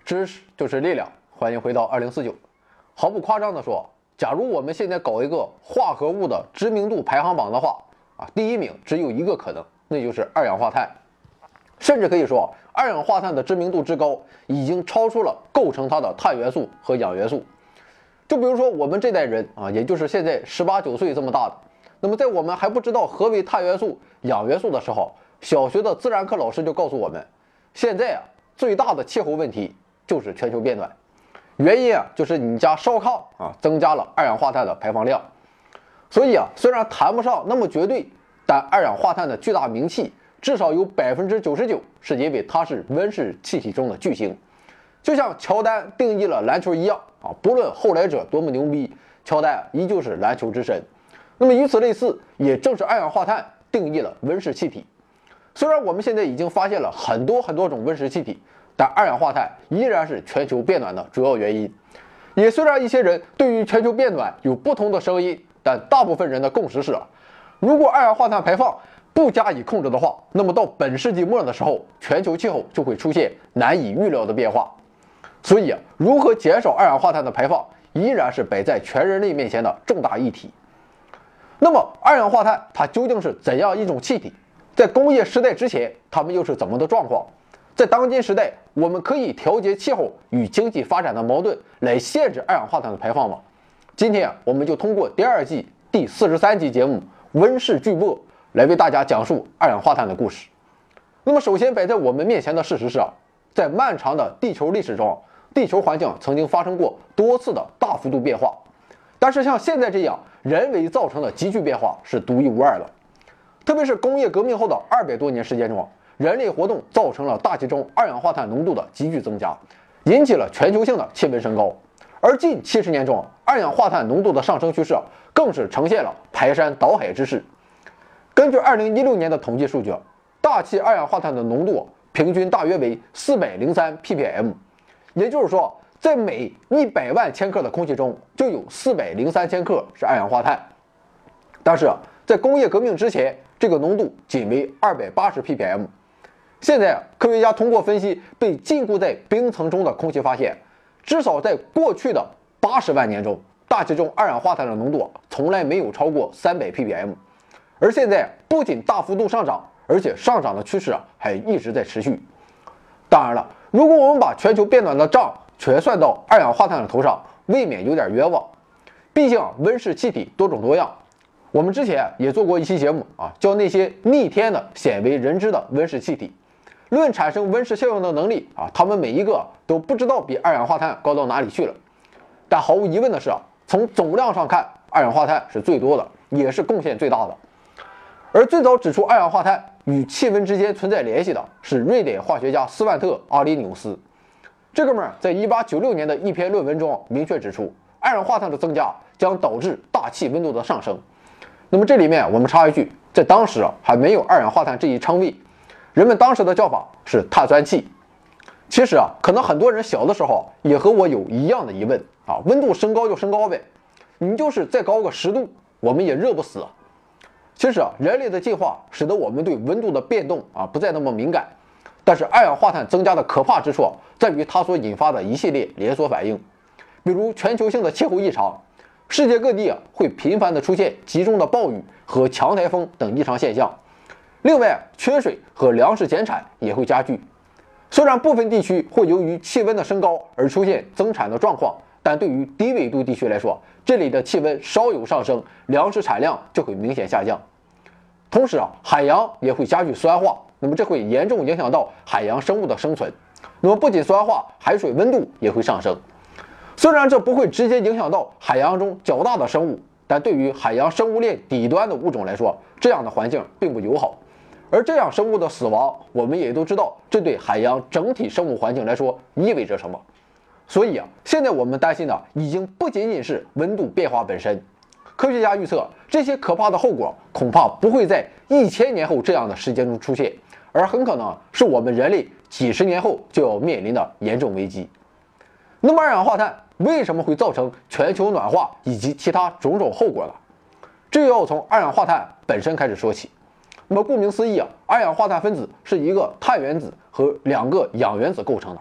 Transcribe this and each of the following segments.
知识就是力量，欢迎回到2049。毫不夸张地说，假如我们现在搞一个化合物的知名度排行榜的话，第一名只有一个可能，那就是二氧化碳。甚至可以说，二氧化碳的知名度之高，已经超出了构成它的碳元素和氧元素。就比如说我们这代人也就是现在18、19岁这么大的，那么在我们还不知道何为碳元素、氧元素的时候，小学的自然课老师就告诉我们，现在最大的气候问题就是全球变暖，原因就是你家烧炕增加了二氧化碳的排放量。所以虽然谈不上那么绝对，但二氧化碳的巨大名气至少有99%是因为它是温室气体中的巨星。就像乔丹定义了篮球一样不论后来者多么牛逼，乔丹依旧是篮球之神。那么与此类似，也正是二氧化碳定义了温室气体。虽然我们现在已经发现了很多种温室气体，但二氧化碳依然是全球变暖的主要原因。也虽然一些人对于全球变暖有不同的声音，但大部分人的共识是，如果二氧化碳排放不加以控制的话，那么到本世纪末的时候，全球气候就会出现难以预料的变化。所以如何减少二氧化碳的排放，依然是摆在全人类面前的重大议题。那么二氧化碳它究竟是怎样一种气体？在工业时代之前，它们又是怎么的状况？在当今时代，我们可以调节气候与经济发展的矛盾来限制二氧化碳的排放吗？今天我们就通过第2季第43集节目《温室巨擘》来为大家讲述二氧化碳的故事。那么首先摆在我们面前的事实是，在漫长的地球历史中，地球环境曾经发生过多次的大幅度变化，但是像现在这样人为造成的急剧变化是独一无二的。特别是工业革命后的200多年时间中，人类活动造成了大气中二氧化碳浓度的急剧增加，引起了全球性的气温升高。而近70年中，二氧化碳浓度的上升趋势更是呈现了排山倒海之势。根据2016年的统计数据，大气二氧化碳的浓度平均大约为403 ppm， 也就是说，在每100万千克的空气中就有403千克是二氧化碳。但是在工业革命之前，这个浓度仅为280 ppm。现在科学家通过分析被禁锢在冰层中的空气发现，至少在过去的80万年中，大气中二氧化碳的浓度从来没有超过300 ppm。而现在不仅大幅度上涨，而且上涨的趋势还一直在持续。当然了，如果我们把全球变暖的账全算到二氧化碳的头上，未免有点冤枉。毕竟温室气体多种多样，我们之前也做过一期节目叫那些逆天的鲜为人知的温室气体。论产生温室效应的能力它们每一个都不知道比二氧化碳高到哪里去了。但毫无疑问的是从总量上看，二氧化碳是最多的，也是贡献最大的。而最早指出二氧化碳与气温之间存在联系的是瑞典化学家斯万特·阿里纽斯。这哥们儿在1896年的一篇论文中明确指出，二氧化碳的增加将导致大气温度的上升。那么这里面我们插一句，在当时还没有二氧化碳这一称谓，人们当时的叫法是碳酸气。其实可能很多人小的时候也和我有一样的疑问温度升高就升高呗，你就是再高个10度，我们也热不死。其实人类的进化使得我们对温度的变动不再那么敏感，但是二氧化碳增加的可怕之处在于它所引发的一系列连锁反应，比如全球性的气候异常，世界各地会频繁地出现集中的暴雨和强台风等异常现象。另外，缺水和粮食减产也会加剧。虽然部分地区会由于气温的升高而出现增产的状况，但对于低纬度地区来说，这里的气温稍有上升，粮食产量就会明显下降。同时海洋也会加剧酸化，那么这会严重影响到海洋生物的生存。那么不仅酸化，海水温度也会上升。虽然这不会直接影响到海洋中较大的生物，但对于海洋生物链底端的物种来说，这样的环境并不友好。而这样生物的死亡，我们也都知道，这对海洋整体生物环境来说意味着什么。所以现在我们担心的已经不仅仅是温度变化本身。科学家预测，这些可怕的后果恐怕不会在1000年后这样的时间中出现，而很可能是我们人类几十年后就要面临的严重危机。那么二氧化碳为什么会造成全球暖化以及其他种种后果呢？这又要从二氧化碳本身开始说起。那么顾名思义二氧化碳分子是一个碳原子和2个氧原子构成的。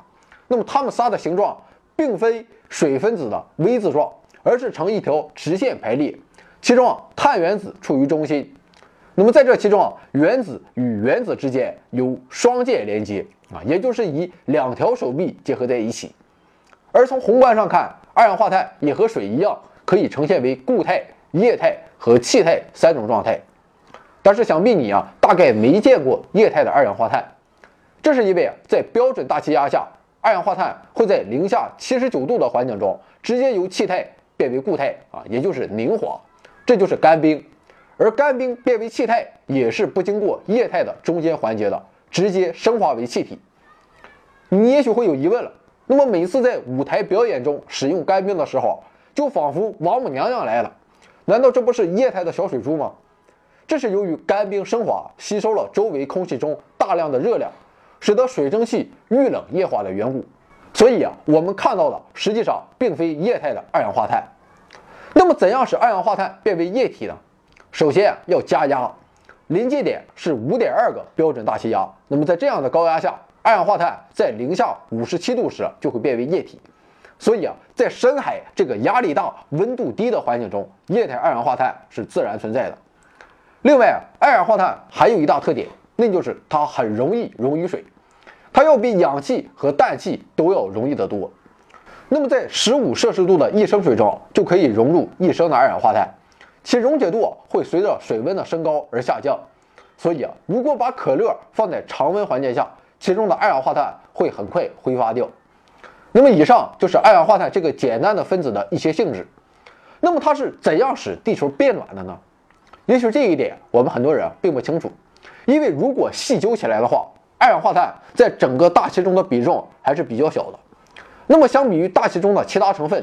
那么它们仨的形状并非水分子的 V 字状，而是呈一条直线排列，其中碳原子处于中心。那么在这其中原子与原子之间有双键连接也就是以2条手臂结合在一起。而从宏观上看，二氧化碳也和水一样，可以呈现为固态、液态和气态3种状态。但是想必你大概没见过液态的二氧化碳，这是因为在标准大气压下，二氧化碳会在零下79度的环境中直接由气态变为固态也就是凝华，这就是干冰。而干冰变为气态也是不经过液态的中间环节的，直接升华为气体。你也许会有疑问了，那么每次在舞台表演中使用干冰的时候，就仿佛王母娘娘来了，难道这不是液态的小水珠吗？这是由于干冰升华吸收了周围空气中大量的热量，使得水蒸气遇冷液化的缘故。所以我们看到的实际上并非液态的二氧化碳。那么怎样使二氧化碳变为液体呢？首先要加压，临界点是5.2个标准大气压。那么在这样的高压下，二氧化碳在零下57度时就会变为液体。所以在深海这个压力大、温度低的环境中，液态二氧化碳是自然存在的。另外二氧化碳还有一大特点，那就是它很容易溶于水，它要比氧气和氮气都要容易得多。那么在15摄氏度的1升水中就可以融入1升的二氧化碳，其溶解度会随着水温的升高而下降。所以如果把可乐放在常温环境下，其中的二氧化碳会很快挥发掉。那么以上就是二氧化碳这个简单的分子的一些性质。那么它是怎样使地球变暖的呢？也许这一点我们很多人并不清楚，因为如果细究起来的话，二氧化碳在整个大气中的比重还是比较小的。那么相比于大气中的其他成分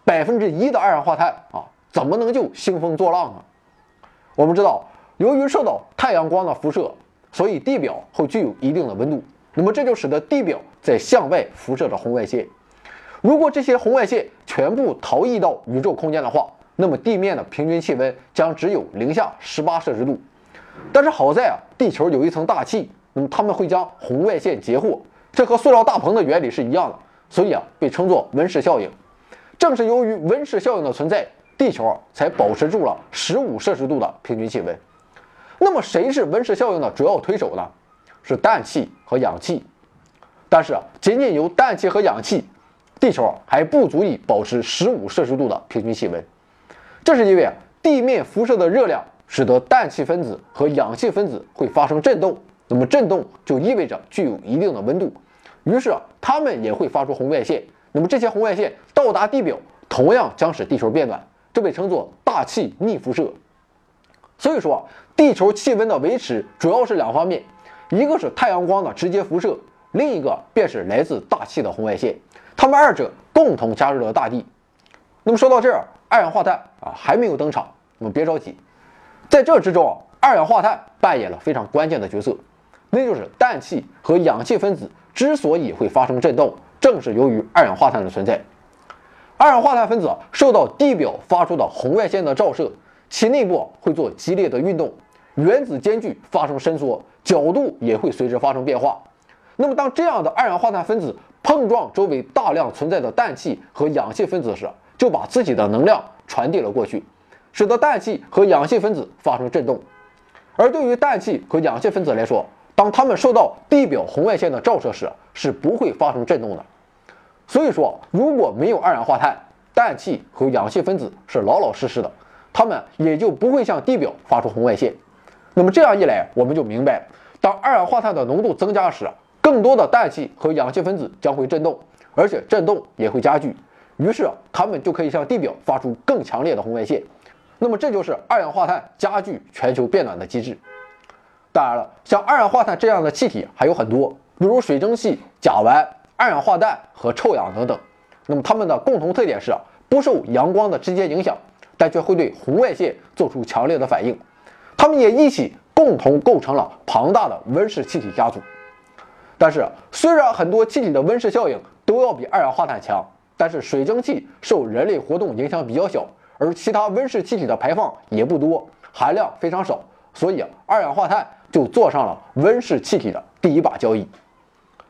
，1%的二氧化碳怎么能就兴风作浪呢？我们知道，由于受到太阳光的辐射，所以地表会具有一定的温度，那么这就使得地表在向外辐射着红外线。如果这些红外线全部逃逸到宇宙空间的话，那么地面的平均气温将只有零下18摄氏度。但是好在地球有一层大气，那么它们会将红外线截获，这和塑料大棚的原理是一样的，所以被称作温室效应。正是由于温室效应的存在，地球才保持住了15摄氏度的平均气温。那么谁是温室效应的主要推手呢？是氮气和氧气。但是仅仅由氮气和氧气，地球还不足以保持15摄氏度的平均气温。这是因为地面辐射的热量使得氮气分子和氧气分子会发生振动，那么振动就意味着具有一定的温度，于是它们也会发出红外线。那么这些红外线到达地表，同样将使地球变暖，这被称作大气逆辐射。所以说地球气温的维持主要是2方面，一个是太阳光的直接辐射，另一个便是来自大气的红外线，它们2者共同加热了大地。那么说到这儿，二氧化碳还没有登场，那么别着急，在这之中二氧化碳扮演了非常关键的角色，那就是氮气和氧气分子之所以会发生振动，正是由于二氧化碳的存在。二氧化碳分子受到地表发出的红外线的照射，其内部会做激烈的运动，原子间距发生伸缩，角度也会随之发生变化。那么当这样的二氧化碳分子碰撞周围大量存在的氮气和氧气分子时，就把自己的能量传递了过去，使得氮气和氧气分子发生振动。而对于氮气和氧气分子来说，当它们受到地表红外线的照射时，是不会发生振动的。所以说，如果没有二氧化碳，氮气和氧气分子是老老实实的，它们也就不会向地表发出红外线。那么这样一来，我们就明白，当二氧化碳的浓度增加时，更多的氮气和氧气分子将会振动，而且振动也会加剧，于是它们就可以向地表发出更强烈的红外线。那么这就是二氧化碳加剧全球变暖的机制。当然了，像二氧化碳这样的气体还有很多，比如水蒸气、甲烷、二氧化氮和臭氧等等。那么它们的共同特点是不受阳光的直接影响，但却会对红外线做出强烈的反应。它们也一起共同构成了庞大的温室气体家族。但是虽然很多气体的温室效应都要比二氧化碳强，但是水蒸气受人类活动影响比较小，而其他温室气体的排放也不多，含量非常少，所以二氧化碳就坐上了温室气体的第一把交椅。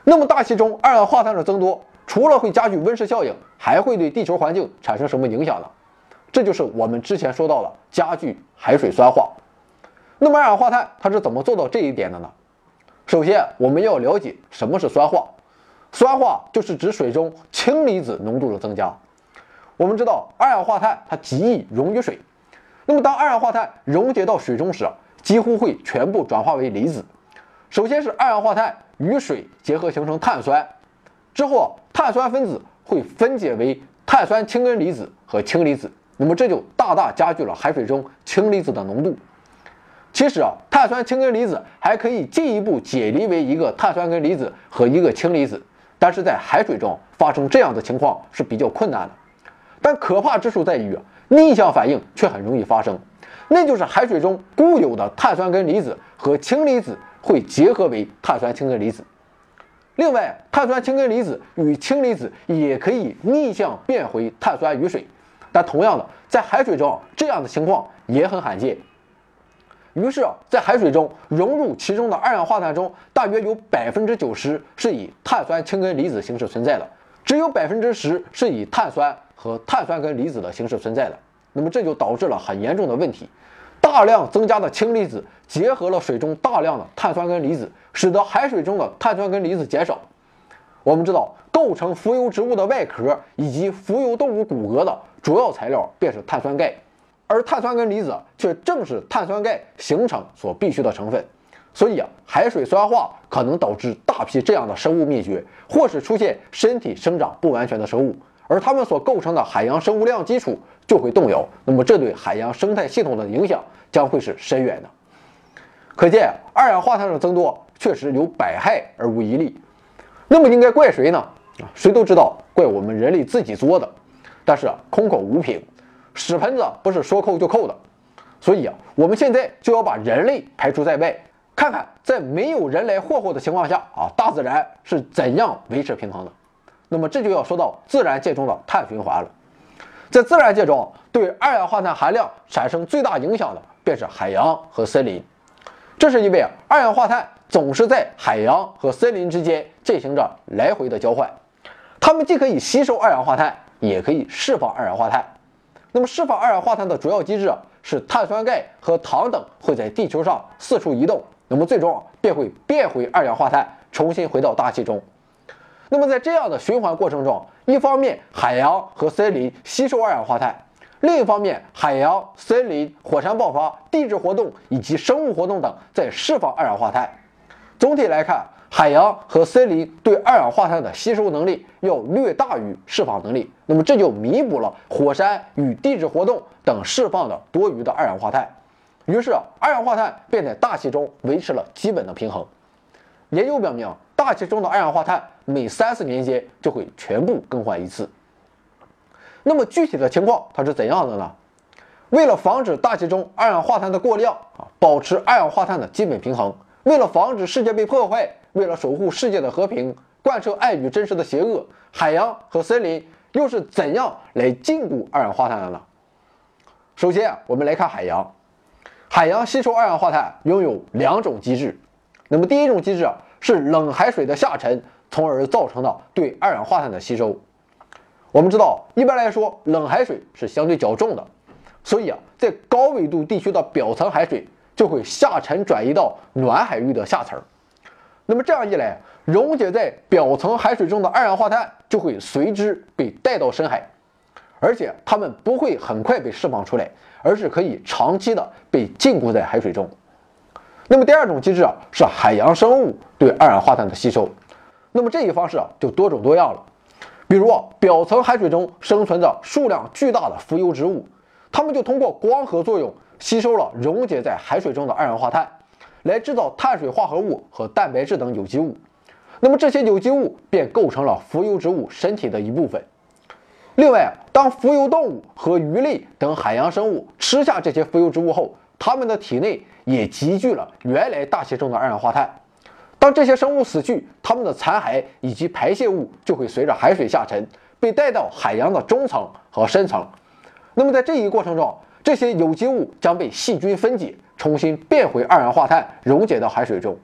那么大气中二氧化碳的增多，除了会加剧温室效应，还会对地球环境产生什么影响呢？这就是我们之前说到的加剧海水酸化。那么二氧化碳它是怎么做到这一点的呢？首先，我们要了解什么是酸化。酸化就是指水中氢离子浓度的增加。我们知道二氧化碳它极易溶于水，那么当二氧化碳溶解到水中时，几乎会全部转化为离子。首先是二氧化碳与水结合形成碳酸，之后碳酸分子会分解为碳酸氢根离子和氢离子，那么这就大大加剧了海水中氢离子的浓度。其实碳酸氢根离子还可以进一步解离为一个碳酸根离子和一个氢离子，但是在海水中发生这样的情况是比较困难的。但可怕之处在于逆向反应却很容易发生，那就是海水中固有的碳酸根离子和氢离子会结合为碳酸氢根离子。另外，碳酸氢根离子与氢离子也可以逆向变回碳酸与水，但同样的，在海水中这样的情况也很罕见。于是，在海水中融入其中的二氧化碳中，大约有90%是以碳酸氢根离子形式存在的，只有10%是以碳酸和碳酸根离子的形式存在的。那么这就导致了很严重的问题，大量增加的氢离子结合了水中大量的碳酸根离子，使得海水中的碳酸根离子减少。我们知道，构成浮游植物的外壳以及浮游动物骨骼的主要材料便是碳酸钙。而碳酸根离子却正是碳酸钙形成所必需的成分，所以海水酸化可能导致大批这样的生物灭绝，或是出现身体生长不完全的生物，而它们所构成的海洋生物量基础就会动摇，那么这对海洋生态系统的影响将会是深远的。可见二氧化碳的增多确实有百害而无一利。那么应该怪谁呢？谁都知道怪我们人类自己作的，但是空口无凭。屎盆子不是说扣就扣的，所以我们现在就要把人类排除在外，看看在没有人来霍霍的情况下大自然是怎样维持平衡的。那么这就要说到自然界中的碳循环了。在自然界中，对二氧化碳含量产生最大影响的便是海洋和森林。这是因为二氧化碳总是在海洋和森林之间进行着来回的交换，它们既可以吸收二氧化碳，也可以释放二氧化碳。那么释放二氧化碳的主要机制是碳酸钙和糖等会在地球上四处移动，那么最终便会变回二氧化碳，重新回到大气中。那么在这样的循环过程中，一方面海洋和森林吸收二氧化碳，另一方面海洋、森林、火山爆发、地质活动以及生物活动等在释放二氧化碳。总体来看，海洋和森林对二氧化碳的吸收能力要略大于释放能力，那么这就弥补了火山与地质活动等释放的多余的二氧化碳，于是二氧化碳便在大气中维持了基本的平衡。研究表明，大气中的二氧化碳每3-4年间就会全部更换一次。那么具体的情况它是怎样的呢？为了防止大气中二氧化碳的过量保持二氧化碳的基本平衡，为了防止世界被破坏，为了守护世界的和平，贯彻爱与真实的邪恶，海洋和森林又是怎样来禁锢二氧化碳的呢？首先，我们来看海洋。海洋吸收二氧化碳拥有2种机制。那么第一种机制是冷海水的下沉，从而造成的对二氧化碳的吸收。我们知道，一般来说，冷海水是相对较重的，所以在高纬度地区的表层海水就会下沉转移到暖海域的下层。那么这样一来，溶解在表层海水中的二氧化碳就会随之被带到深海，而且它们不会很快被释放出来，而是可以长期的被禁锢在海水中。那么第二种机制是海洋生物对二氧化碳的吸收。那么这一方式就多种多样了。比如表层海水中生存着数量巨大的浮游植物，它们就通过光合作用吸收了溶解在海水中的二氧化碳，来制造碳水化合物和蛋白质等有机物。那么这些有机物便构成了浮游植物身体的一部分。另外，当浮游动物和鱼类等海洋生物吃下这些浮游植物后，它们的体内也集聚了原来大气中的二氧化碳。当这些生物死去，它们的残骸以及排泄物就会随着海水下沉，被带到海洋的中层和深层。那么在这一过程中，这些有机物将被细菌分解，重新变回二氧化碳，溶解到海水中。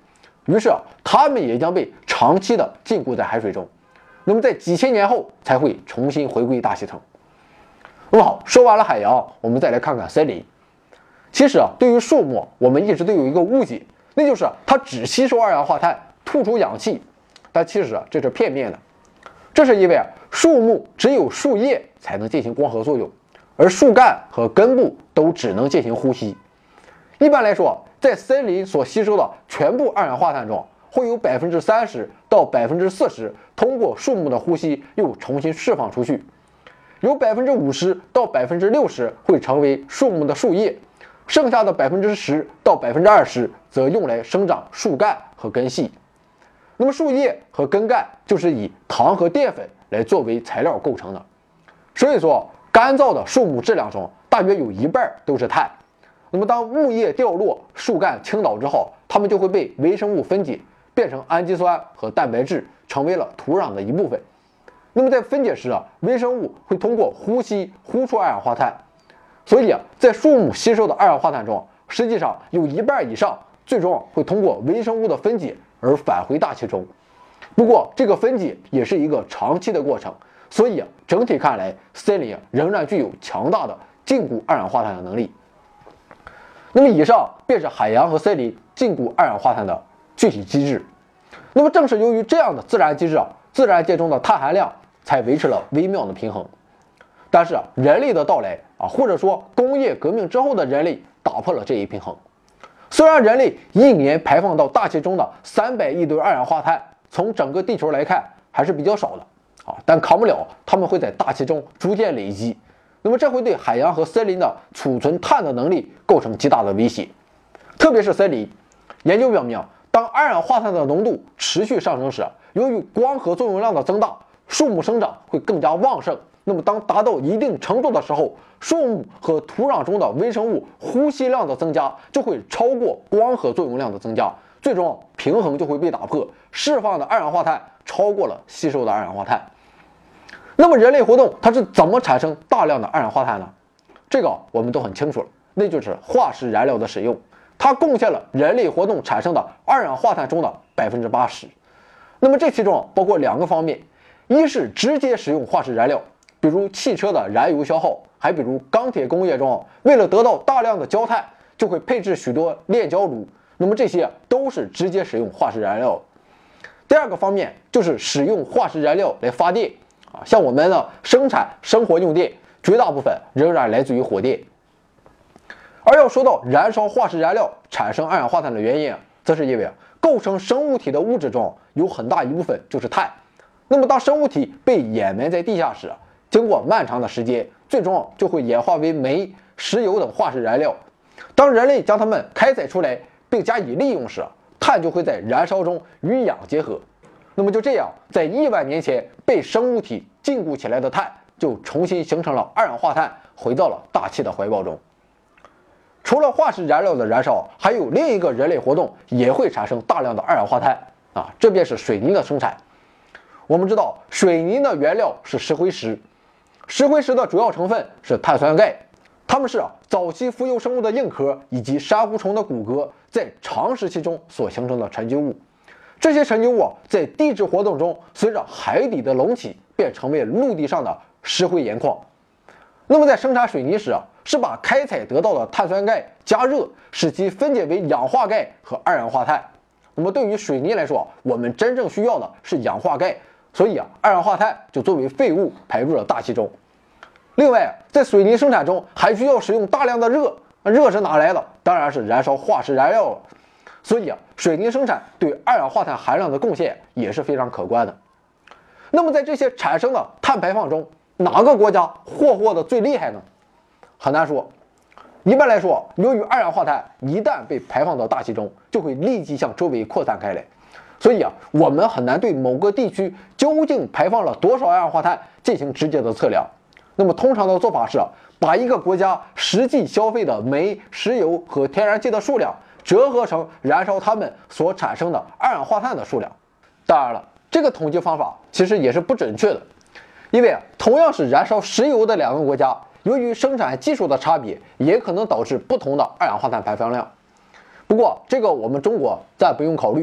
于是它们也将被长期的禁锢在海水中，那么在几千年后才会重新回归大气层。那么好，说完了海洋，我们再来看看森林。其实对于树木，我们一直都有一个误解，那就是它只吸收二氧化碳，吐出氧气。但其实这是片面的，这是因为树木只有树叶才能进行光合作用，而树干和根部都只能进行呼吸。一般来说，在森林所吸收的全部二氧化碳中，会有30%到40%通过树木的呼吸又重新释放出去，有50%到60%会成为树木的树叶，剩下的10%到20%则用来生长树干和根系。那么树叶和根干就是以糖和淀粉来作为材料构成的，所以说干燥的树木质量中大约有一半都是碳。那么当木叶掉落，树干倾倒之后，它们就会被微生物分解，变成氨基酸和蛋白质，成为了土壤的一部分。那么在分解时微生物会通过呼吸呼出二氧化碳，所以在树木吸收的二氧化碳中，实际上有一半以上最终会通过微生物的分解而返回大气中。不过这个分解也是一个长期的过程，所以整体看来，森林仍然具有强大的禁锢二氧化碳的能力。那么以上便是海洋和森林禁锢二氧化碳的具体机制。那么正是由于这样的自然机制自然界中的碳含量才维持了微妙的平衡。但是人类的到来或者说工业革命之后的人类打破了这一平衡。虽然人类一年排放到大气中的300亿吨二氧化碳，从整个地球来看还是比较少的但扛不了，它们会在大气中逐渐累积。那么这会对海洋和森林的储存碳的能力构成极大的威胁，特别是森林。研究表明，当二氧化碳的浓度持续上升时，由于光合作用量的增大，树木生长会更加旺盛。那么当达到一定程度的时候，树木和土壤中的微生物呼吸量的增加就会超过光合作用量的增加，最终平衡就会被打破，释放的二氧化碳超过了吸收的二氧化碳。那么人类活动它是怎么产生大量的二氧化碳呢？这个我们都很清楚了，那就是化石燃料的使用，它贡献了人类活动产生的二氧化碳中的80%。那么这其中包括2个方面，一是直接使用化石燃料，比如汽车的燃油消耗，还比如钢铁工业中为了得到大量的焦炭，就会配置许多炼焦炉，那么这些都是直接使用化石燃料。第2个方面就是使用化石燃料来发电像我们的生产生活用电，绝大部分仍然来自于火电。而要说到燃烧化石燃料产生二氧化碳的原因则是因为构成生物体的物质中有很大一部分就是碳。那么当生物体被掩埋在地下时，经过漫长的时间，最终就会演化为煤、石油等化石燃料。当人类将它们开采出来并加以利用时，碳就会在燃烧中与氧结合。那么就这样，在1万年前被生物体禁锢起来的碳就重新形成了二氧化碳，回到了大气的怀抱中。除了化石燃料的燃烧，还有另一个人类活动也会产生大量的二氧化碳这便是水泥的生产。我们知道水泥的原料是石灰石，石灰石的主要成分是碳酸钙，它们是早期浮游生物的硬壳以及珊瑚虫的骨骼在长时期中所形成的沉积物。这些沉积物在地质活动中随着海底的隆起便成为陆地上的石灰岩矿。那么在生产水泥时是把开采得到的碳酸钙加热，使其分解为氧化钙和二氧化碳。那么对于水泥来说，我们真正需要的是氧化钙，所以二氧化碳就作为废物排入了大气中。另外在水泥生产中还需要使用大量的热，热是哪来的？当然是燃烧化石燃料了。所以水泥生产对二氧化碳含量的贡献也是非常可观的。那么在这些产生的碳排放中，哪个国家霍得最厉害呢？很难说。一般来说，由于二氧化碳一旦被排放到大气中，就会立即向周围扩散开来，所以我们很难对某个地区究竟排放了多少二氧化碳进行直接的测量。那么通常的做法是把一个国家实际消费的煤、石油和天然气的数量折合成燃烧它们所产生的二氧化碳的数量。当然了，这个统计方法其实也是不准确的，因为同样是燃烧石油的2个国家，由于生产技术的差别，也可能导致不同的二氧化碳排放量。不过这个我们中国暂不用考虑，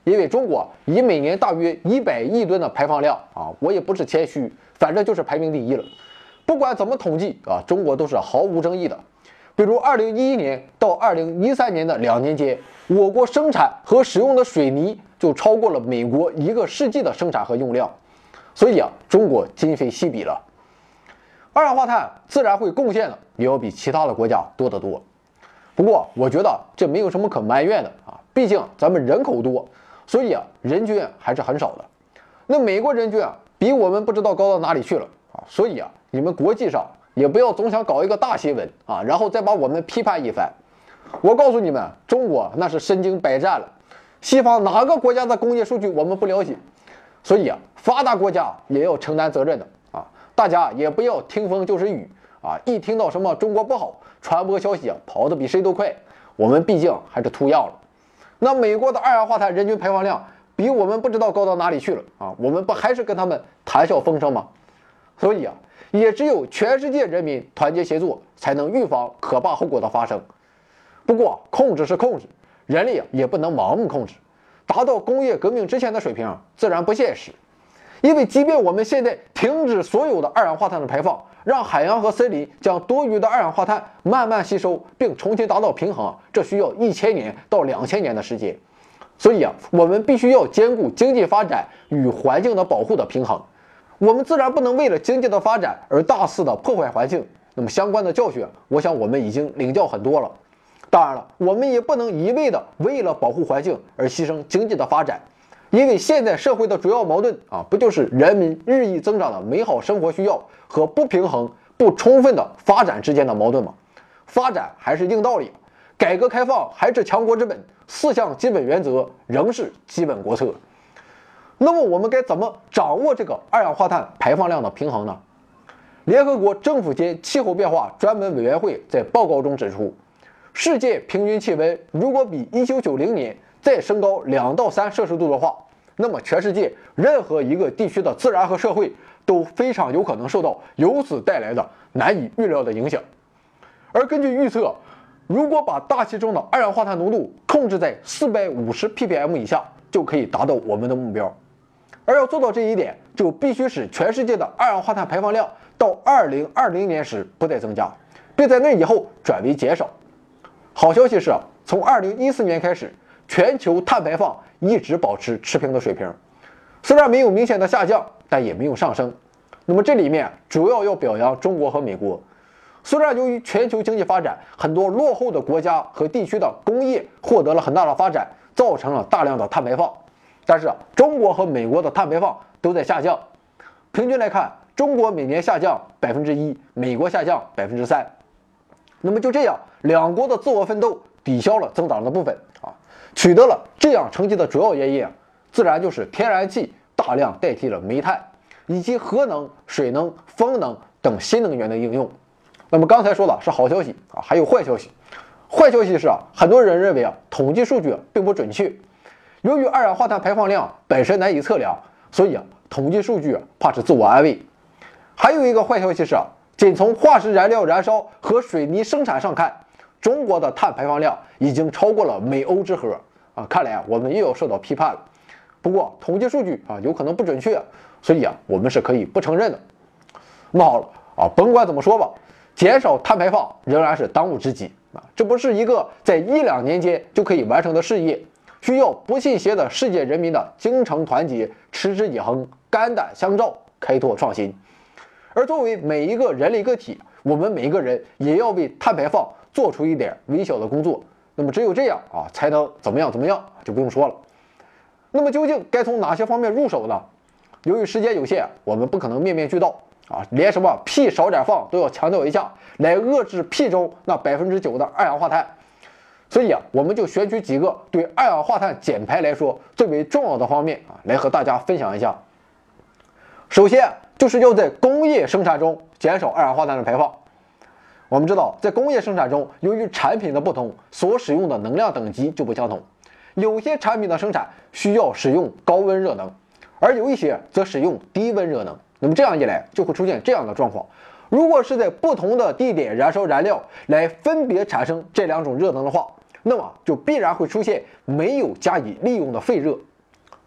因为中国以每年大约100亿吨的排放量我也不是谦虚，反正就是排名第一了。不管怎么统计中国都是毫无争议的。比如2011年到2013年的2年间，我国生产和使用的水泥就超过了美国1个世纪的生产和用量，所以中国今非昔比了。二氧化碳自然会贡献的也要比其他的国家多得多。不过我觉得这没有什么可埋怨的毕竟咱们人口多，所以人均还是很少的。那美国人均比我们不知道高到哪里去了所以你们国际上也不要总想搞一个大新闻然后再把我们批判一番。我告诉你们，中国那是身经百战了，西方哪个国家的工业数据我们不了解，所以发达国家也要承担责任的大家也不要听风就是雨一听到什么中国不好，传播消息跑得比谁都快。我们毕竟还是秃样了。那美国的二氧化碳人均排放量比我们不知道高到哪里去了我们不还是跟他们谈笑风生吗？所以也只有全世界人民团结协作，才能预防可怕后果的发生。不过控制是控制，人类也不能盲目控制，达到工业革命之前的水平自然不现实。因为即便我们现在停止所有的二氧化碳的排放，让海洋和森林将多余的二氧化碳慢慢吸收并重新达到平衡，这需要1000年到2000年的时间。所以我们必须要兼顾经济发展与环境的保护的平衡。我们自然不能为了经济的发展而大肆的破坏环境，那么相关的教训我想我们已经领教很多了。当然了，我们也不能一味的为了保护环境而牺牲经济的发展，因为现在社会的主要矛盾不就是人民日益增长的美好生活需要和不平衡不充分的发展之间的矛盾吗？发展还是硬道理，改革开放还是强国之本，4项基本原则仍是基本国策。那么我们该怎么掌握这个二氧化碳排放量的平衡呢？联合国政府间气候变化专门委员会在报告中指出，世界平均气温如果比1990年再升高2到3摄氏度的话，那么全世界任何一个地区的自然和社会都非常有可能受到由此带来的难以预料的影响。而根据预测，如果把大气中的二氧化碳浓度控制在450 ppm 以下，就可以达到我们的目标。而要做到这一点，就必须使全世界的二氧化碳排放量到2020年时不再增加，并在那以后转为减少。好消息是从2014年开始，全球碳排放一直保持持平的水平，虽然没有明显的下降，但也没有上升。那么这里面主要表扬中国和美国。虽然由于全球经济发展，很多落后的国家和地区的工业获得了很大的发展，造成了大量的碳排放，但是中国和美国的碳排放都在下降。平均来看，中国每年下降1%，美国下降3%。那么就这样，两国的自我奋斗抵消了增长的部分取得了这样成绩的主要原因自然就是天然气大量代替了煤炭，以及核能、水能、风能等新能源的应用。那么刚才说的是好消息还有坏消息。坏消息是很多人认为统计数据并不准确。由于二氧化碳排放量本身难以测量，所以统计数据怕是自我安慰。还有一个坏消息是，仅从化石燃料燃烧和水泥生产上看，中国的碳排放量已经超过了美欧之和看来我们又要受到批判了。不过统计数据有可能不准确，所以我们是可以不承认的。那么好了甭管怎么说吧，减少碳排放仍然是当务之急这不是一个在1-2年间就可以完成的事业，需要不信邪的世界人民的精诚团结、持之以恒、肝胆相照、开拓创新。而作为每一个人类个体，我们每一个人也要为碳排放做出一点微小的工作。那么只有这样才能怎么样就不用说了。那么究竟该从哪些方面入手呢？由于时间有限，我们不可能面面俱到连什么屁少点放都要强调一下，来遏制屁中那9%的二氧化碳。所以我们就选取几个对二氧化碳减排来说最为重要的方面来和大家分享一下。首先就是要在工业生产中减少二氧化碳的排放。我们知道，在工业生产中，由于产品的不同，所使用的能量等级就不相同。有些产品的生产需要使用高温热能，而有一些则使用低温热能。那么这样一来，就会出现这样的状况：如果是在不同的地点燃烧燃料来分别产生这2种热能的话，那么就必然会出现没有加以利用的废热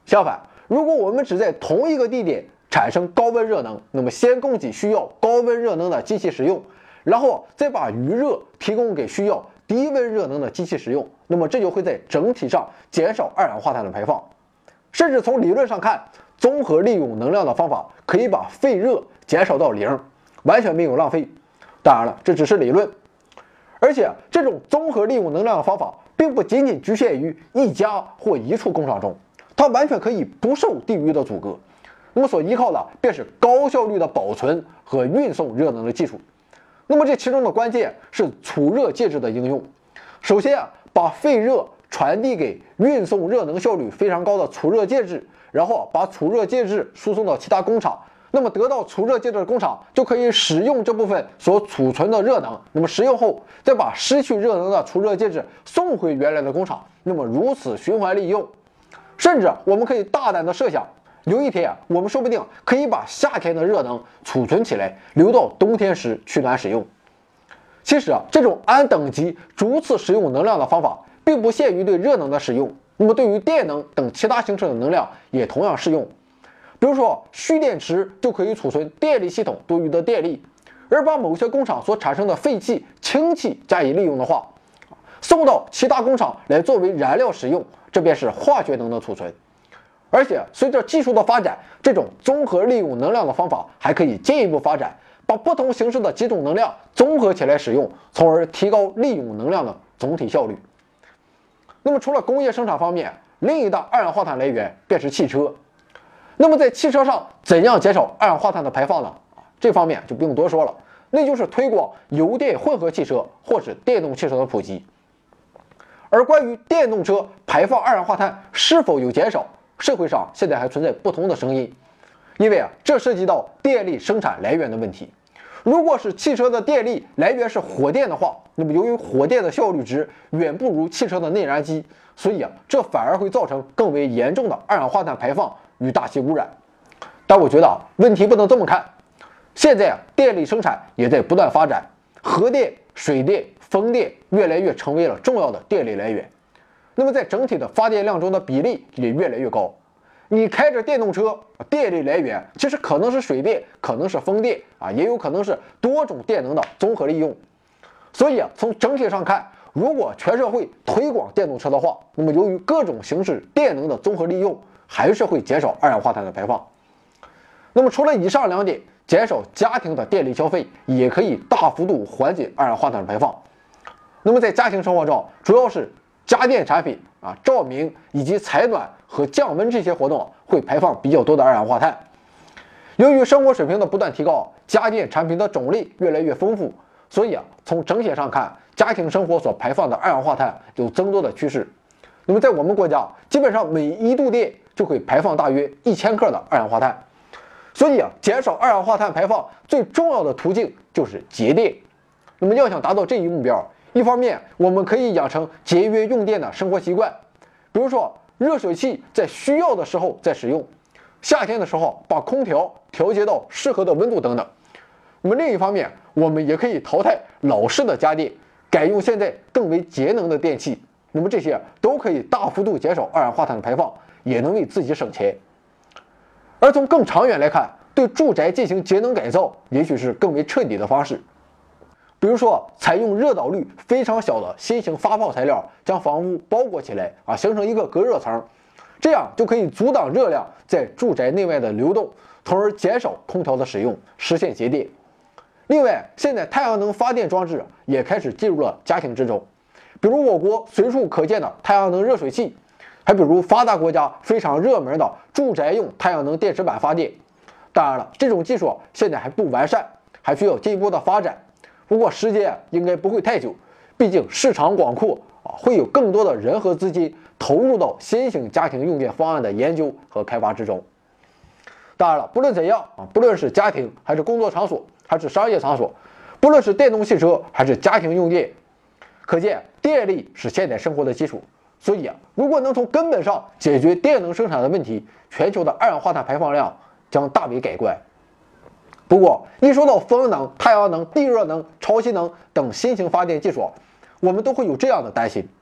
相反，如果我们只在同一个地点产生高温热能，那么先供给需要高温热能的机器使用，然后再把余热提供给需要低温热能的机器使用，那么这就会在整体上减少二氧化碳的排放。甚至从理论上看，综合利用能量的方法可以把废热减少到0，完全没有浪费。当然了，这只是理论。而且这种综合利用能量的方法并不仅仅局限于一家或一处工厂中，它完全可以不受地域的阻隔。那么所依靠的便是高效率的保存和运送热能的技术。那么这其中的关键是储热介质的应用。首先把废热传递给运送热能效率非常高的储热介质，然后把储热介质输送到其他工厂。那么得到储热介质的工厂就可以使用这部分所储存的热能，那么使用后再把失去热能的储热介质送回原来的工厂，那么如此循环利用。甚至我们可以大胆的设想，有一天我们说不定可以把夏天的热能储存起来，留到冬天时取暖使用。其实这种按等级逐次使用能量的方法并不限于对热能的使用，那么对于电能等其他形式的能量也同样适用。比如说蓄电池就可以储存电力系统多余的电力，而把某些工厂所产生的废气、氢气加以利用的话，送到其他工厂来作为燃料使用，这便是化学能的储存。而且随着技术的发展，这种综合利用能量的方法还可以进一步发展，把不同形式的几种能量综合起来使用，从而提高利用能量的总体效率。那么除了工业生产方面，另一大二氧化碳来源便是汽车。那么在汽车上怎样减少二氧化碳的排放呢？这方面就不用多说了，那就是推广油电混合汽车或是电动汽车的普及。而关于电动车排放二氧化碳是否有减少，社会上现在还存在不同的声音，因为这涉及到电力生产来源的问题。如果是汽车的电力来源是火电的话，那么由于火电的效率值远不如汽车的内燃机，所以这反而会造成更为严重的二氧化碳排放与大气污染。但我觉得问题不能这么看，现在电力生产也在不断发展，核电、水电、风电越来越成为了重要的电力来源，那么在整体的发电量中的比例也越来越高。你开着电动车，电力来源其实可能是水电，可能是风电也有可能是多种电能的综合利用。所以从整体上看，如果全社会推广电动车的话，那么由于各种形式电能的综合利用，还是会减少二氧化碳的排放。那么除了以上2点，减少家庭的电力消费也可以大幅度缓解二氧化碳的排放。那么在家庭生活中，主要是家电产品照明以及采暖和降温这些活动会排放比较多的二氧化碳。由于生活水平的不断提高，家电产品的种类越来越丰富，所以从整体上看，家庭生活所排放的二氧化碳有增多的趋势。那么在我们国家，基本上每1度电就会排放大约1000克的二氧化碳。所以减少二氧化碳排放最重要的途径就是节电。那么要想达到这一目标，一方面我们可以养成节约用电的生活习惯，比如说热水器在需要的时候再使用，夏天的时候把空调调节到适合的温度等等。那么另一方面，我们也可以淘汰老式的家电，改用现在更为节能的电器。那么这些都可以大幅度减少二氧化碳的排放，也能为自己省钱。而从更长远来看，对住宅进行节能改造，也许是更为彻底的方式。比如说，采用热导率非常小的新型发泡材料，将房屋包裹起来形成一个隔热层，这样就可以阻挡热量在住宅内外的流动，从而减少空调的使用，实现节电。另外，现在太阳能发电装置也开始进入了家庭之中，比如我国随处可见的太阳能热水器，还比如发达国家非常热门的住宅用太阳能电池板发电。当然了，这种技术现在还不完善，还需要进一步的发展。不过时间应该不会太久，毕竟市场广阔会有更多的人和资金投入到新型家庭用电方案的研究和开发之中。当然了，不论怎样不论是家庭还是工作场所还是商业场所，不论是电动汽车还是家庭用电，可见电力是现代生活的基础。所以如果能从根本上解决电能生产的问题，全球的二氧化碳排放量将大为改观。不过一说到风能、太阳能、地热能、潮汐能等新型发电技术，我们都会有这样的担心：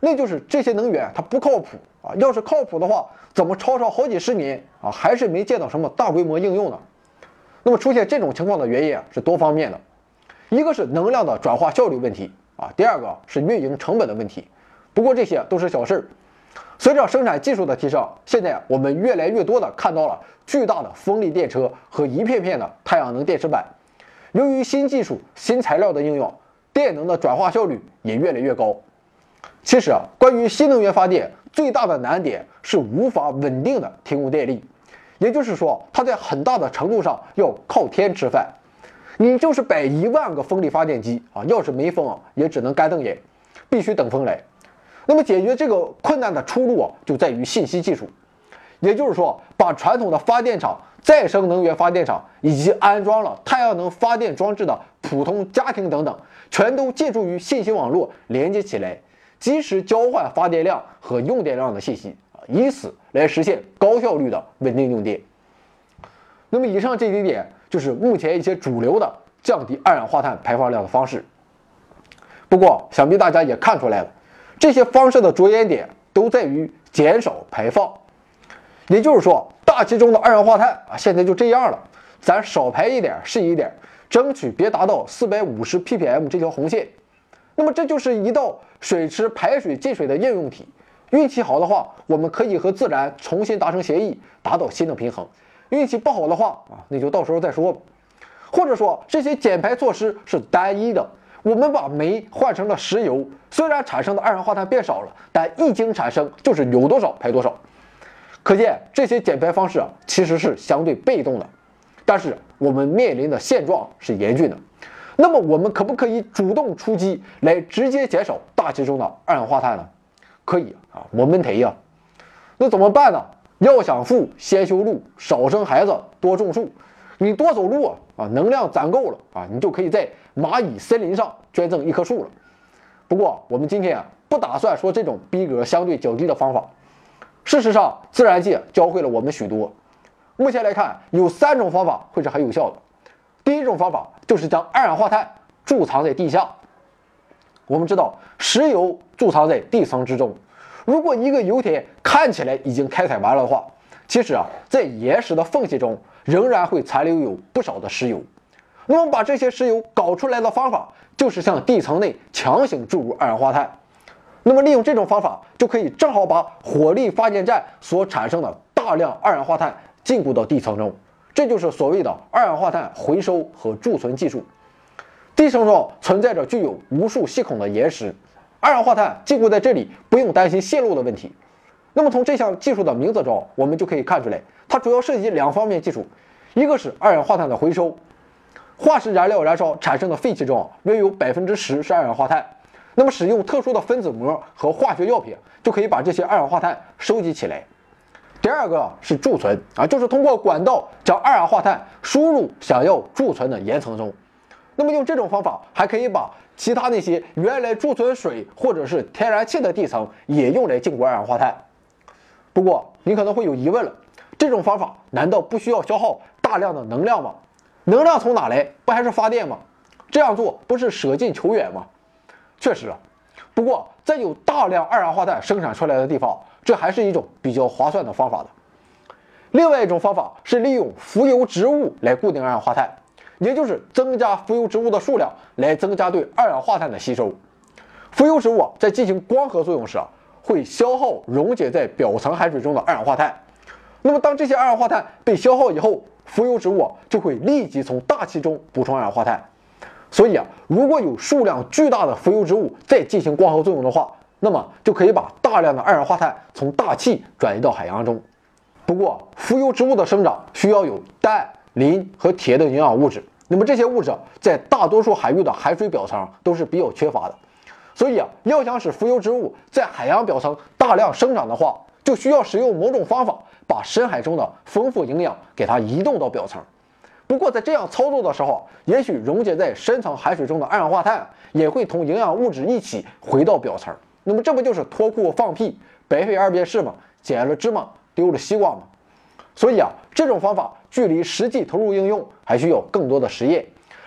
那就是这些能源它不靠谱啊。要是靠谱的话，怎么吵好几十年啊，还是没见到什么大规模应用呢？那么出现这种情况的原因是多方面的，一个是能量的转化效率问题啊，第二个是运营成本的问题。不过这些都是小事儿。随着生产技术的提升，现在我们越来越多的看到了巨大的风力电车和一片片的太阳能电池板。由于新技术、新材料的应用，电能的转化效率也越来越高。其实关于新能源发电最大的难点是无法稳定的提供电力，也就是说，它在很大的程度上要靠天吃饭。你就是摆10000个风力发电机啊，要是没风也只能干瞪眼，必须等风来。那么解决这个困难的出路就在于信息技术，也就是说，把传统的发电厂、再生能源发电厂以及安装了太阳能发电装置的普通家庭等等，全都借助于信息网络连接起来，及时交换发电量和用电量的信息，以此来实现高效率的稳定用电。那么以上这几点就是目前一些主流的降低二氧化碳排放量的方式。不过想必大家也看出来了，这些方式的着眼点都在于减少排放。也就是说，大气中的二氧化碳现在就这样了，咱少排一点是一点，争取别达到450 ppm 这条红线。那么这就是一道水池排水进水的应用题。运气好的话，我们可以和自然重新达成协议，达到新的平衡；运气不好的话那就到时候再说吧。或者说，这些减排措施是单一的，我们把煤换成了石油，虽然产生的二氧化碳变少了，但一经产生就是有多少排多少。可见这些减排方式其实是相对被动的，但是我们面临的现状是严峻的。那么我们可不可以主动出击，来直接减少大气中的二氧化碳呢？可以我们可以啊。那怎么办呢？要想富，先修路，少生孩子，多种树。你多走路能量攒够了你就可以在蚂蚁森林上捐赠1棵树了。不过我们今天不打算说这种逼格相对较低的方法。事实上，自然界教会了我们许多。目前来看，有3种方法会是很有效的。第一种方法就是将二氧化碳贮藏在地下。我们知道，石油贮藏在地层之中。如果一个油田看起来已经开采完了的话，其实在岩石的缝隙中仍然会残留有不少的石油。那么把这些石油搞出来的方法，就是向地层内强行注入二氧化碳。那么利用这种方法，就可以正好把火力发电站所产生的大量二氧化碳禁锢到地层中，这就是所谓的二氧化碳回收和贮存技术。地层中存在着具有无数细孔的岩石，二氧化碳禁锢在这里，不用担心泄漏的问题。那么从这项技术的名字中，我们就可以看出来，它主要涉及2方面技术，一个是二氧化碳的回收，化石燃料燃烧产生的废气中约有10%是二氧化碳。那么使用特殊的分子膜和化学药品，就可以把这些二氧化碳收集起来。第二个是贮存就是通过管道将二氧化碳输入想要贮存的岩层中。那么用这种方法，还可以把其他那些原来贮存水或者是天然气的地层也用来禁锢二氧化碳。不过你可能会有疑问了，这种方法难道不需要消耗大量的能量吗？能量从哪来？不还是发电吗？这样做不是舍近求远吗？确实不过在有大量二氧化碳生产出来的地方，这还是一种比较划算的方法的。另外一种方法是利用浮游植物来固定二氧化碳，也就是增加浮游植物的数量来增加对二氧化碳的吸收。浮游植物在进行光合作用时会消耗溶解在表层海水中的二氧化碳。那么当这些二氧化碳被消耗以后，浮游植物就会立即从大气中补充二氧化碳。所以如果有数量巨大的浮游植物再进行光合作用的话，那么就可以把大量的二氧化碳从大气转移到海洋中。不过浮游植物的生长需要有氮、磷和铁的营养物质，那么这些物质在大多数海域的海水表层都是比较缺乏的。所以要想使浮游植物在海洋表层大量生长的话，就需要使用某种方法把深海中的丰富营养给它移动到表层。不过在这样操作的时候，也许溶解在深层海水中的二氧化碳也会同营养物质一起回到表层。那么这不就是脱裤放屁，白费2遍事吗？捡了芝麻丢了西瓜吗？所以这种方法距离实际投入应用还需要更多的实验。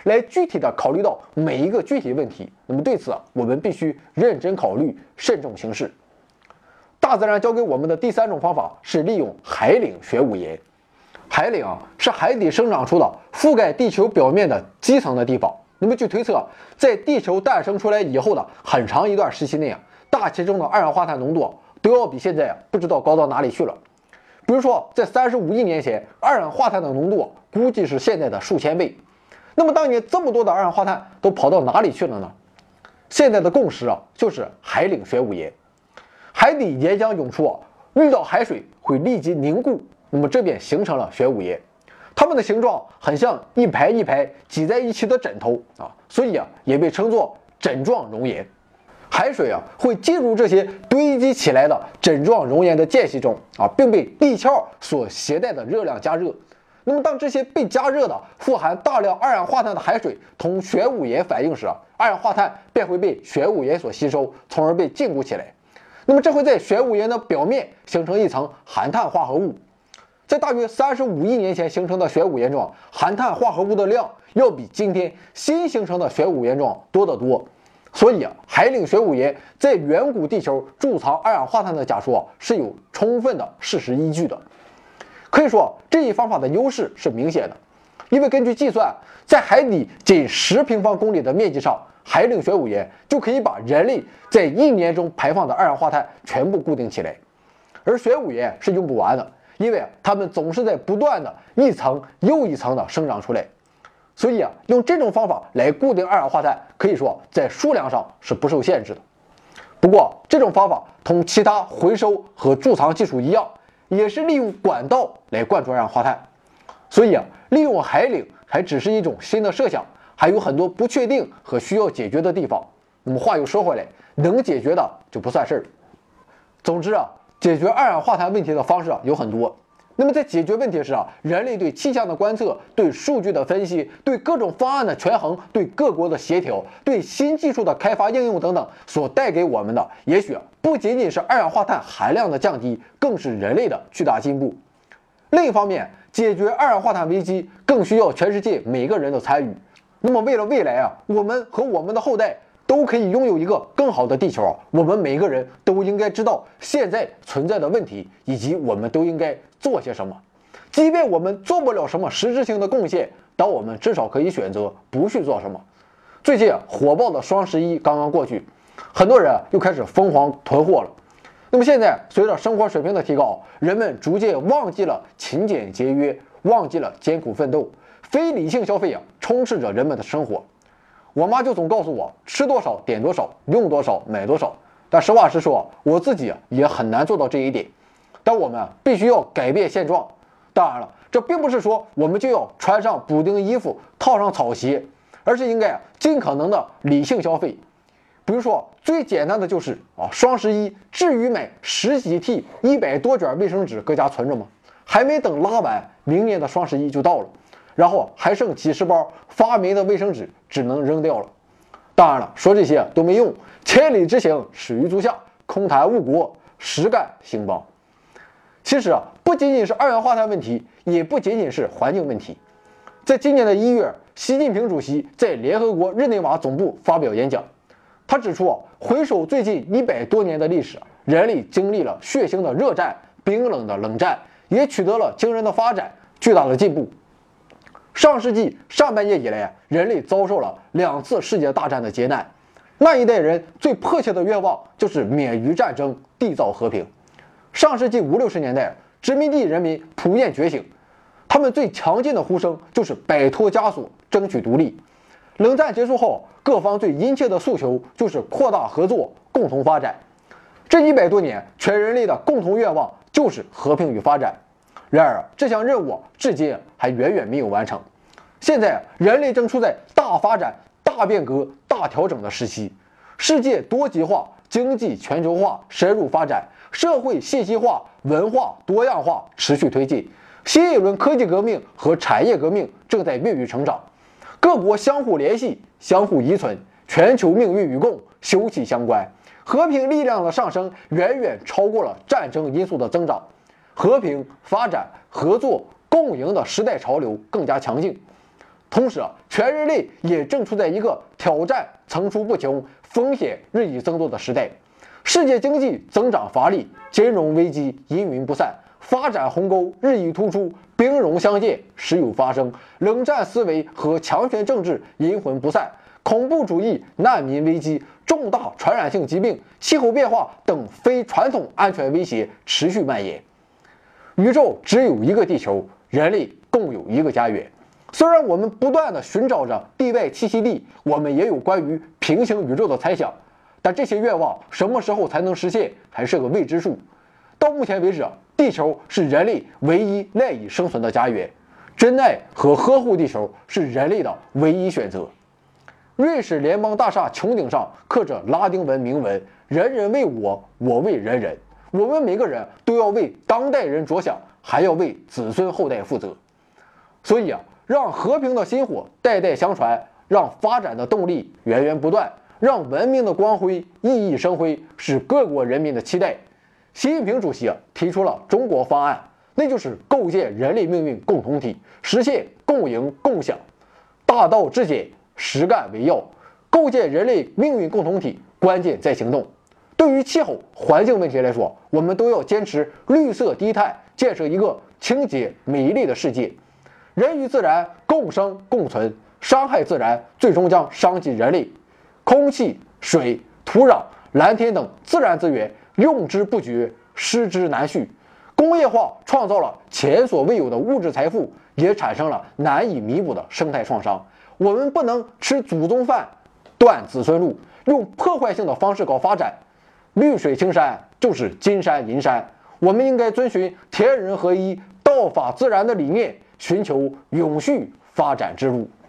来具体的考虑到每一个具体问题。那么对此我们必须认真考虑，慎重行事。大自然教给我们的第3种方法是利用海岭玄武岩。海岭是海底生长出的覆盖地球表面的基层的地方。那么据推测，在地球诞生出来以后的很长一段时期内大气中的二氧化碳浓度都要比现在不知道高到哪里去了。比如说，在35亿年前，二氧化碳的浓度估计是现在的数千倍。那么当年这么多的二氧化碳都跑到哪里去了呢？现在的共识就是海岭玄武岩。海底岩浆涌出遇到海水会立即凝固，那么这便形成了玄武岩。它们的形状很像一排一排挤在一起的枕头所以也被称作枕状熔岩。海水会进入这些堆积起来的枕状熔岩的间隙中并被地壳所携带的热量加热。那么当这些被加热的富含大量二氧化碳的海水同玄武岩反应时二氧化碳便会被玄武岩所吸收，从而被禁锢起来。那么这会在玄武岩的表面形成一层含碳化合物。在大约35亿年前形成的玄武岩中，含碳化合物的量要比今天新形成的玄武岩中多得多。所以海岭玄武岩在远古地球贮藏二氧化碳的假说是有充分的事实依据的。可以说这一方法的优势是明显的，因为根据计算，在海底仅10平方公里的面积上，海岭玄武岩就可以把人类在1年中排放的二氧化碳全部固定起来。而玄武岩是用不完的，因为它们总是在不断的一层又一层的生长出来。所以用这种方法来固定二氧化碳，可以说在数量上是不受限制的。不过这种方法同其他回收和贮藏技术一样，也是利用管道来灌注二氧化碳。所以利用海岭还只是一种新的设想，还有很多不确定和需要解决的地方。那么话又说回来，能解决的就不算事儿。总之解决二氧化碳问题的方式有很多。那么在解决问题时人类对气象的观测，对数据的分析，对各种方案的权衡，对各国的协调，对新技术的开发应用等等，所带给我们的也许不仅仅是二氧化碳含量的降低，更是人类的巨大进步。另一方面，解决二氧化碳危机更需要全世界每个人的参与。那么为了未来我们和我们的后代都可以拥有一个更好的地球我们每个人都应该知道现在存在的问题，以及我们都应该做些什么。即便我们做不了什么实质性的贡献，但我们至少可以选择不去做什么。最近火爆的双11刚刚过去，很多人又开始疯狂囤货了。那么现在随着生活水平的提高，人们逐渐忘记了勤俭节约，忘记了艰苦奋斗，非理性消费充斥着人们的生活。我妈就总告诉我，吃多少点多少，用多少买多少。但实话实说，我自己也很难做到这一点。但我们必须要改变现状。当然了，这并不是说我们就要穿上补丁衣服，套上草鞋，而是应该尽可能的理性消费。比如说最简单的就是双11至于买10几屉100多卷卫生纸搁家存着吗？还没等拉完，明年的双11就到了，然后还剩几十包发霉的卫生纸，只能扔掉了。当然了，说这些都没用，千里之行始于足下，空谈误国，实干兴邦。其实不仅仅是二氧化碳问题，也不仅仅是环境问题。在今年的1月，习近平主席在联合国日内瓦总部发表演讲，他指出回首最近100多年的历史，人类经历了血腥的热战，冰冷的冷战，也取得了惊人的发展，巨大的进步。上世纪上半叶以来，人类遭受了2次世界大战的劫难，那一代人最迫切的愿望就是免于战争，缔造和平。上世纪50、60年代，殖民地人民普遍觉醒，他们最强劲的呼声就是摆脱枷锁，争取独立。冷战结束后，各方最殷切的诉求就是扩大合作，共同发展。这100多年，全人类的共同愿望就是和平与发展。然而，这项任务至今还远远没有完成。现在，人类正处在大发展、大变革、大调整的时期，世界多极化、经济全球化深入发展，社会信息化、文化多样化持续推进，新一轮科技革命和产业革命正在孕育成长。各国相互联系、相互依存，全球命运与共休戚相关。和平力量的上升远远超过了战争因素的增长，和平、发展、合作、共赢的时代潮流更加强劲。 同时全人类也正处在一个挑战层出不穷、风险日益增多的时代。世界经济增长乏力，金融危机阴云不散，发展鸿沟日益突出，兵戎相见时有发生，冷战思维和强权政治阴魂不散，恐怖主义、难民危机、重大传染性疾病、气候变化等非传统安全威胁持续蔓延。宇宙只有一个地球，人类共有一个家园。虽然我们不断地寻找着地外栖息地，我们也有关于平行宇宙的猜想，但这些愿望什么时候才能实现，还是个未知数。到目前为止，地球是人类唯一赖以生存的家园，珍爱和呵护地球是人类的唯一选择。瑞士联邦大厦穹顶上刻着拉丁文铭文：“人人为我，我为人人。”我们每个人都要为当代人着想，还要为子孙后代负责。所以让和平的薪火代代相传，让发展的动力源源不断，让文明的光辉熠熠生辉，是各国人民的期待。习近平主席提出了中国方案，那就是构建人类命运共同体，实现共赢共享。大道至简，实干为要。构建人类命运共同体，关键在行动。对于气候环境问题来说，我们都要坚持绿色低碳，建设一个清洁美丽的世界。人与自然共生共存，伤害自然最终将伤及人类。空气、水、土壤、蓝天等自然资源用之不绝，失之难续。工业化创造了前所未有的物质财富，也产生了难以弥补的生态创伤。我们不能吃祖宗饭，断子孙路，用破坏性的方式搞发展。绿水青山就是金山银山，我们应该遵循天人合一、道法自然的理念，寻求永续发展之路。